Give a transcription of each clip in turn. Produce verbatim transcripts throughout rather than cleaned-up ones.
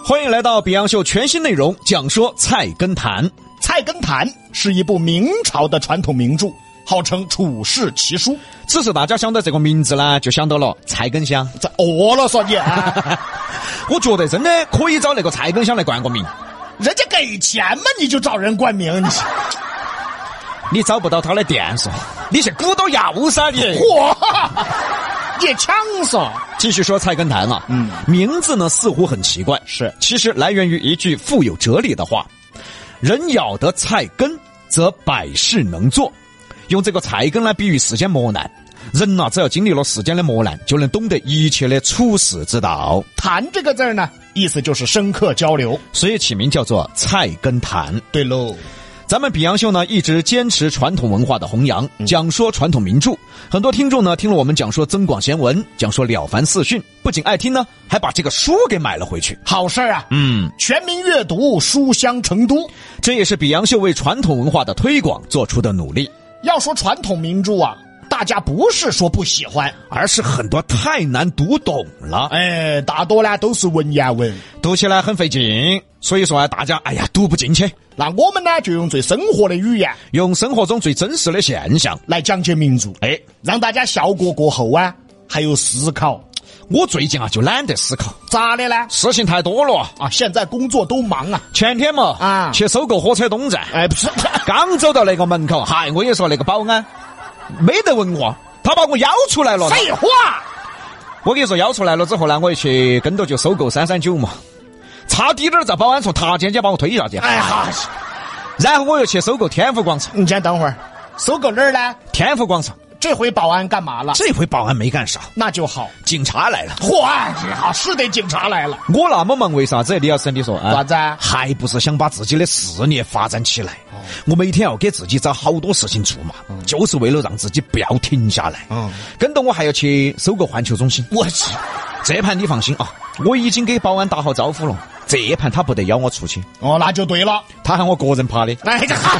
欢迎来到比洋秀全新内容，讲说菜根谭。 《菜根谭》是一部明朝的传统名著，号称处世奇书。 只是大家想到这个名字呢，就想到了菜根香。 这饿了说你、啊， 我觉得真的可以找那个菜根香来冠个名。 人家给钱嘛，你就找人冠名。你你找不到他的店嗦，你去鼓捣药噻你。 嚯！也呛死！ 继续说菜根谭啊，嗯，名字呢似乎很奇怪， 是， 其实来源于一句富有哲理的话：人咬得菜根，则百事能做。用这个菜根来比喻世间磨难，人呐、啊，只要经历了世间的磨难，就能懂得一切的处世之道。 谭这个字呢，意思就是深刻交流， 所以起名叫做菜根谭。 对喽。 咱们比洋秀呢一直坚持传统文化的弘扬，讲说传统名著。很多听众呢听了我们讲说增广贤文，讲说了凡四训，不仅爱听呢，还把这个书给买了回去。 好事啊！ 嗯， 全民阅读，书香成都， 这也是比洋秀为传统文化的推广做出的努力。 要说传统名著啊，大家不是说不喜欢， 而是很多太难读懂了。 哎，大多呢都是文言文， 读起来很费劲，所以说啊，大家哎呀读不进去。 那我们呢就用最生活的语言， 用生活中最真实的现象来讲解名著， 哎， 让大家笑过过后啊还有思考。 我最近啊就懒得思考， 咋的呢？ 事情太多了啊！现在工作都忙啊。 前天嘛啊， 去收购火车东站， 哎，不是， 刚走到那个门口，嗨，我也说那个保安没得问我，他把我邀出来了。 废话！ 我跟你说，邀出来了之后呢，我一去跟着就收购三三九嘛，差滴点在保安从塔尖间把我推下去。 哎呀！ 然后我又去收购天府广场。 你先等会儿，收购哪儿呢？ 天府广场。 这回保安干嘛了？ 这回保安没干啥， 那就好。 警察来了。 嚯，好，是得警察来了。 我那么忙为啥子？李老师，你说啊？ 啥子？ 还不是想把自己的事业发展起来？哦、我每天要给自己找好多事情做嘛，嗯、就是为了让自己不要停下来。嗯，跟着我还要去收购环球中心。 我去， 这盘你放心啊，我已经给保安打好招呼了。这盘他不得邀我出去。 哦，那就对了。 他喊我个人趴的。 哎呀，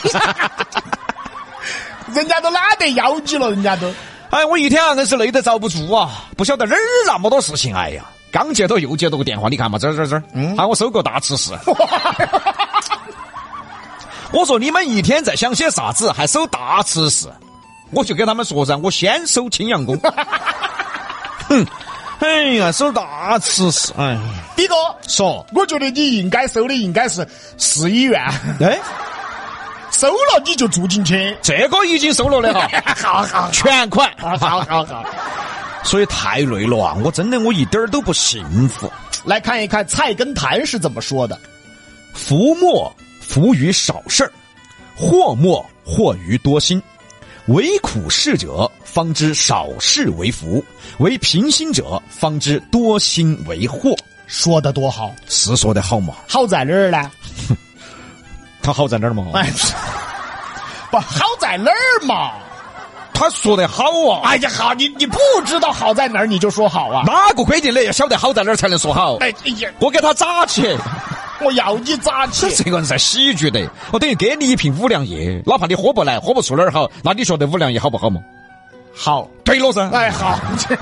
人家都懒得邀你了，人家都。 哎，我一天啊，硬是累得遭不住啊！不晓得哪儿那么多事情，哎呀，刚接到又接到个电话，你看嘛，这儿这儿这儿，嗯，喊我收购大慈氏。我说你们一天在想些啥子，还收大慈氏？我就跟他们说噻，我先收青阳宫。哼，哎呀，收大慈氏，哎， 比哥说， 我觉得你应该收的应该是市医院。 哎。 收了你就住进去， 这个已经收了的哈， 好好全款， 好好好好， 所以太累了啊！我真的我一点儿都不幸福。 来看一看《菜根谭》是怎么说的： 福莫福于少事儿，祸莫祸于多心。为苦事者方知少事为福，为平心者方知多心为祸。 说得多好， 是说得好嘛？ 好在哪儿呢？ 他好在哪儿嘛？ 哎，不好在哪儿嘛？ 他说得好啊！ 哎呀，好，你你不知道好在哪儿，你就说好啊？ 哪个规定的要晓得好在哪儿才能说好？ 哎呀， 我给他咋起？ 我要你咋起？ 这个人在喜剧的，我等于给你一瓶五粮液，哪怕你喝不来，喝不出哪儿好，那你说的五粮液好不好嘛？ 好， 对了噻。 哎，好。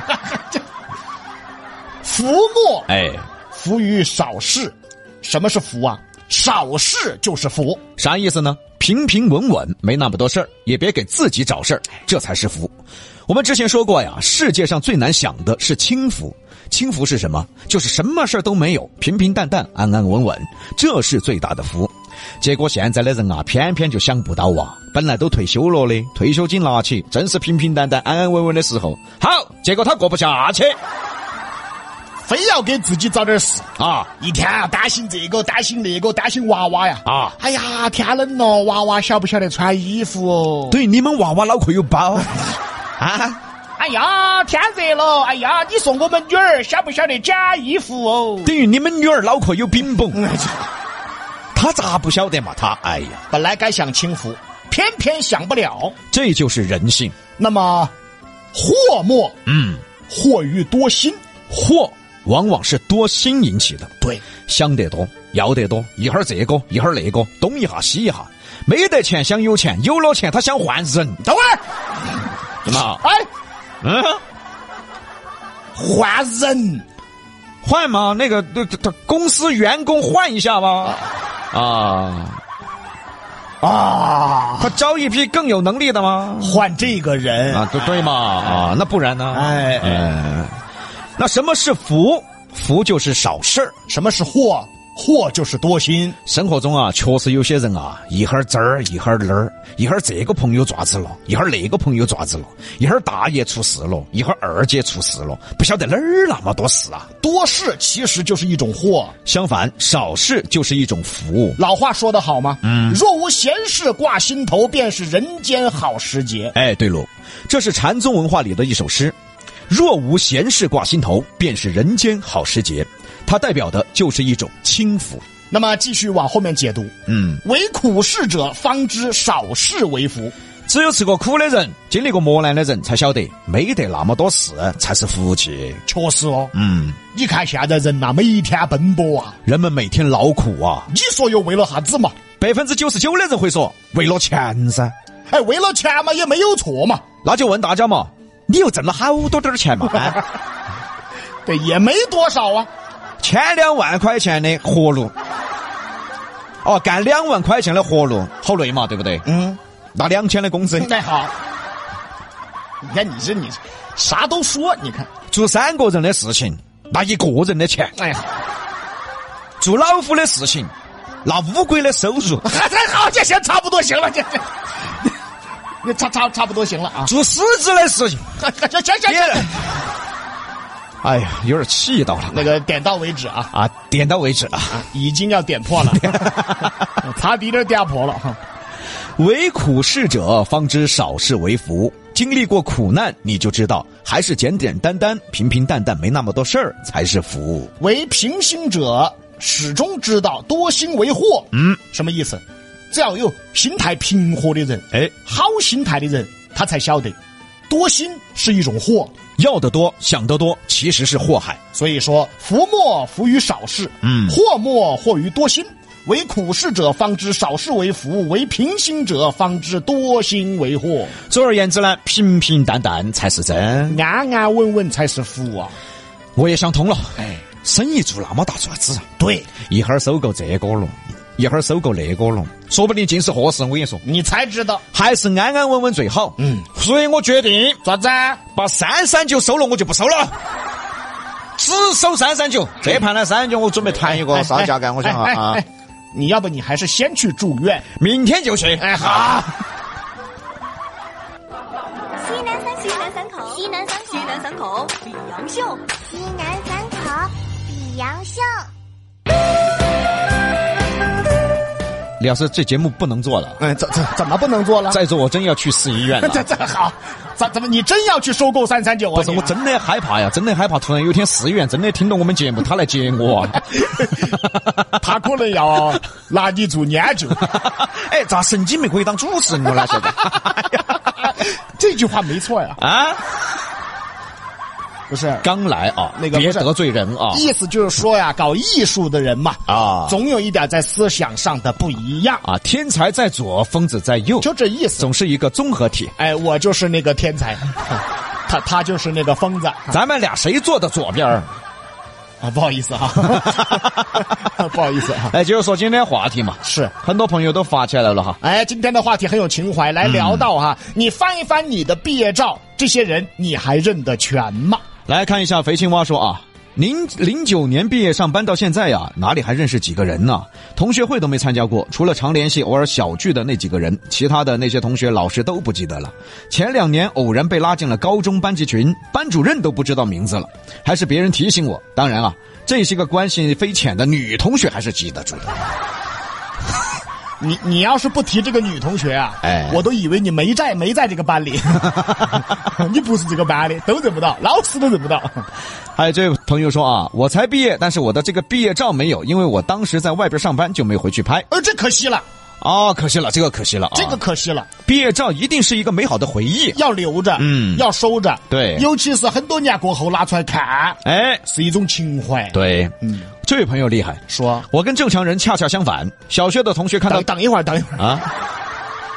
福莫， 哎， 福于少事。什么是福啊？少事就是福。 啥意思呢？平平稳稳，没那么多事儿，也别给自己找事儿，这才是福。我们之前说过呀，世界上最难想的是轻浮。轻浮是什么？就是什么事儿都没有，平平淡淡，安安稳稳，这是最大的福。结果现在的人啊，偏偏就想不到啊，本来都退休了的，退休金拿起，正是平平淡淡，安安稳稳的时候，好，结果他过不下去。 非要给自己找点事啊！ 一天啊，担心这个，担心那个，担心娃娃呀！ 啊！ 哎呀，天冷了，娃娃晓不晓得穿衣服哦？ 对，你们娃娃脑壳有包啊！哎呀，天热了，哎呀，你说我们女儿晓不晓得捡衣服哦？ 等于你们女儿脑壳有饼崩，他咋不晓得嘛？他哎呀， 本来该享清福，偏偏享不了， 这就是人性。 那么，祸莫， 嗯， 祸于多心， 祸。往往是多心引起的， 对， 想得多，要得多，一会儿这个，一会儿那个，东一下西一下，没得钱想有钱，有了钱他想换人。 等会儿， 怎么？ 哎， 嗯， 换人， 换嘛，那个这这公司员工换一下吧。啊啊， 他招一批更有能力的吗？ 换这个人啊，对对嘛啊，那不然呢？ 哎哎，那什么是福？福就是少事儿。 什么是祸？祸就是多心。 生活中啊，确实有些人啊，一会儿这儿，一会儿那儿，一会儿这个朋友爪子了，一会儿那个朋友爪子了，一会儿大爷出事了，一会儿二姐出事了，不晓得哪儿那么多事啊。 多事其实就是一种祸， 相反，少事就是一种福。 老话说得好吗？ 嗯， 若无闲事挂心头，便是人间好时节。 哎，对喽，这是禅宗文化里的一首诗。若无闲事挂心头，便是人间好时节。它代表的就是一种轻浮。 那么继续往后面解读， 嗯， 为苦事者方知少事为福。 只有吃过苦的人，经历过磨难的人，才晓得没得那么多事才是福气。 确实哦， 嗯， 你看现在人呐、啊，每天奔波啊， 人们每天劳苦啊。 你说又为了啥子嘛？ 百分之九十九的人会说为了钱噻。 哎，为了钱嘛，也没有错嘛。 那就问大家嘛，你又挣了好多点钱嘛？ 对，也没多少啊。 千两万块钱的活路，哦，干两万块钱的活路，好累嘛，对不对？ 嗯， 拿两千的工资。 那好，你看你这你啥都说，你看做三个人的事情，拿一个人的钱。 哎呀， 做老虎的事情，拿乌龟的收入。 还好，这行差不多行了，这这，你差差差不多行了啊。 做狮子的事情， 行行行行。 哎呀，有点气到了。 那个点到为止啊啊，点到为止了， 啊、已经要点破了，差点点点破了哈。 为苦事者方知少事为福。经历过苦难，你就知道还是简简单单、平平淡淡，没那么多事儿才是福。 为平心者始终知道多心为祸。 嗯， 什么意思？只要有心态平和的人， 哎， 好心态的人，他才晓得多心是一种祸。 要得多，想得多，其实是祸害。 所以说，福莫福于少事， 嗯， 祸莫祸于多心。为苦事者方知少事为福，为平心者方知多心为祸。 总而言之呢，平平淡淡才是真， 安安稳稳才是福啊！ 我也想通了， 哎， 生意做那么大做啥子啊？ 对， 一会儿收购这个了，一会儿收购那个了，说不定尽是祸事。我跟你说， 你才知道， 还是安安稳稳最好。 嗯， 所以我决定啥子？ 把三三九收了，我就不收了。只收三三九，这盘呢三三九，我准备谈一个啥价格？我想哈啊， 哎哎哎，你要不你还是先去住院， 明天就去。 哎好。 西南三西南三口，西南三口，西南三口，比杨秀，西南三口，比杨秀。 李老师，这节目不能做了。 哎，怎怎怎么不能做了？ 再做我真要去市医院了。 这这好，怎怎么你真要去收购三三九啊？ 不是，我真的害怕呀，真的害怕。突然有一天市医院真的听到我们节目，他来接我啊， 他可能要拿你做研究。 哎，咋神经病可以当主持人了？现在这句话没错呀。 啊。 不是刚来啊， 那个别得罪人啊。 意思就是说呀，搞艺术的人嘛， 啊， 总有一点在思想上的不一样啊。天才在左，疯子在右， 就这意思， 总是一个综合体。 哎，我就是那个天才，他他就是那个疯子。 咱们俩谁坐的左边啊？不好意思哈，不好意思哈。 哎，就是说今天话题嘛， 是很多朋友都发起来了哈。 哎，今天的话题很有情怀，来聊到哈，嗯、你翻一翻你的毕业照，这些人你还认得全吗？ 来看一下肥青蛙说啊，零零九年毕业上班到现在呀，哪里还认识几个人呢？同学会都没参加过，除了常联系、偶尔小聚的那几个人，其他的那些同学、老师都不记得了。前两年偶然被拉进了高中班级群，班主任都不知道名字了，还是别人提醒我。当然啊，这些个关系非浅的女同学还是记得住的。 你你要是不提这个女同学啊，哎，我都以为你没在没在这个班里，你不是这个班的，都认不到，老师都认不到。 还有这位朋友说啊，我才毕业，但是我的这个毕业照没有，因为我当时在外边上班就没回去拍。 呃，这可惜了。 哦，可惜了，这个可惜了、啊， 这个可惜了。 毕业照一定是一个美好的回忆， 要留着， 嗯， 要收着， 对， 尤其是很多年过后拿出来看， 哎， 是一种情怀。 对，嗯，这位朋友厉害， 说我跟正常人恰恰相反。小学的同学看到， 等等一会儿，等一会儿啊，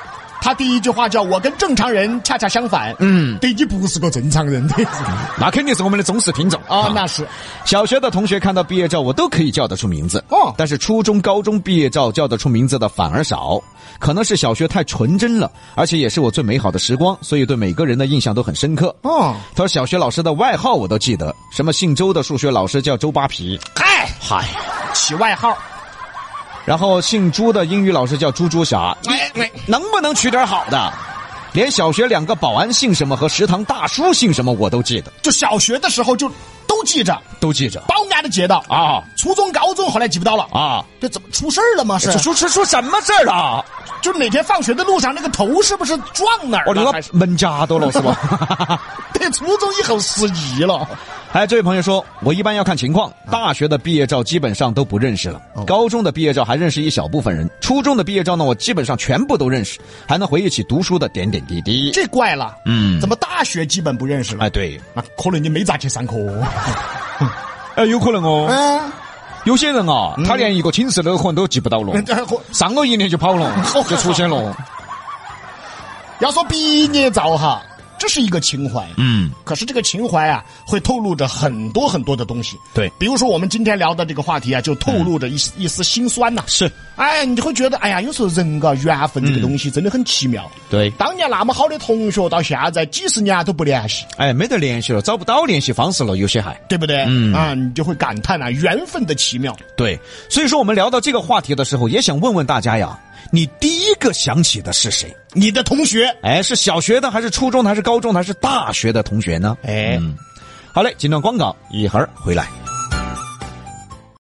他第一句话叫我跟正常人恰恰相反，嗯，对你不是个正常人， 那肯定是我们的忠实听众啊、哦。那是小学的同学看到毕业照，我都可以叫得出名字哦，但是初中、高中毕业照叫得出名字的反而少，可能是小学太纯真了，而且也是我最美好的时光，所以对每个人的印象都很深刻。哦，他说小学老师的外号我都记得，什么姓周的数学老师叫周扒皮， 嗨嗨，起外号。 然后姓朱的英语老师叫猪猪侠，哎哎，能不能取点好的？连小学两个保安姓什么和食堂大叔姓什么我都记得， 就小学的时候就都记着， 都记着， 保安的记得啊。初中、高中后来记不到了啊。这怎么出事儿了吗？是出出出什么事儿了？ 就哪天放学的路上那个头是不是撞哪儿了？ 哦，那个门夹到了是吧？ 对，初中以后失忆了。 哎，这位朋友说，我一般要看情况，大学的毕业照基本上都不认识了，哦、高中的毕业照还认识一小部分人，初中的毕业照呢，我基本上全部都认识，还能回忆起读书的点点滴滴。 这怪了，嗯，怎么大学基本不认识了？ 哎，对， 那可能你没咋去上课。 哎，有可能哦。嗯，有些人啊，嗯、他连一个寝室的可能都记不到了，上个一年就跑了，就出现了。 要说毕业照哈。这是一个情怀，嗯，可是这个情怀啊，会透露着很多很多的东西， 对， 比如说我们今天聊的这个话题啊，就透露着一、嗯、一丝心酸呐、啊， 是， 哎，你会觉得，哎呀，有时候人啊，缘分这个东西真的很奇妙， 嗯、对， 当年那么好的同学，到现在几十年都不联系， 哎，没得联系了，找不到联系方式了，有些还， 对不对？嗯啊，你就会感叹啊，缘分的奇妙， 对，所以说我们聊到这个话题的时候，也想问问大家呀。你第一个想起的是谁？ 你的同学？ 哎，是小学的还是初中的还是高中的还是大学的同学呢？哎，嗯，好嘞，今段广告一会儿回来。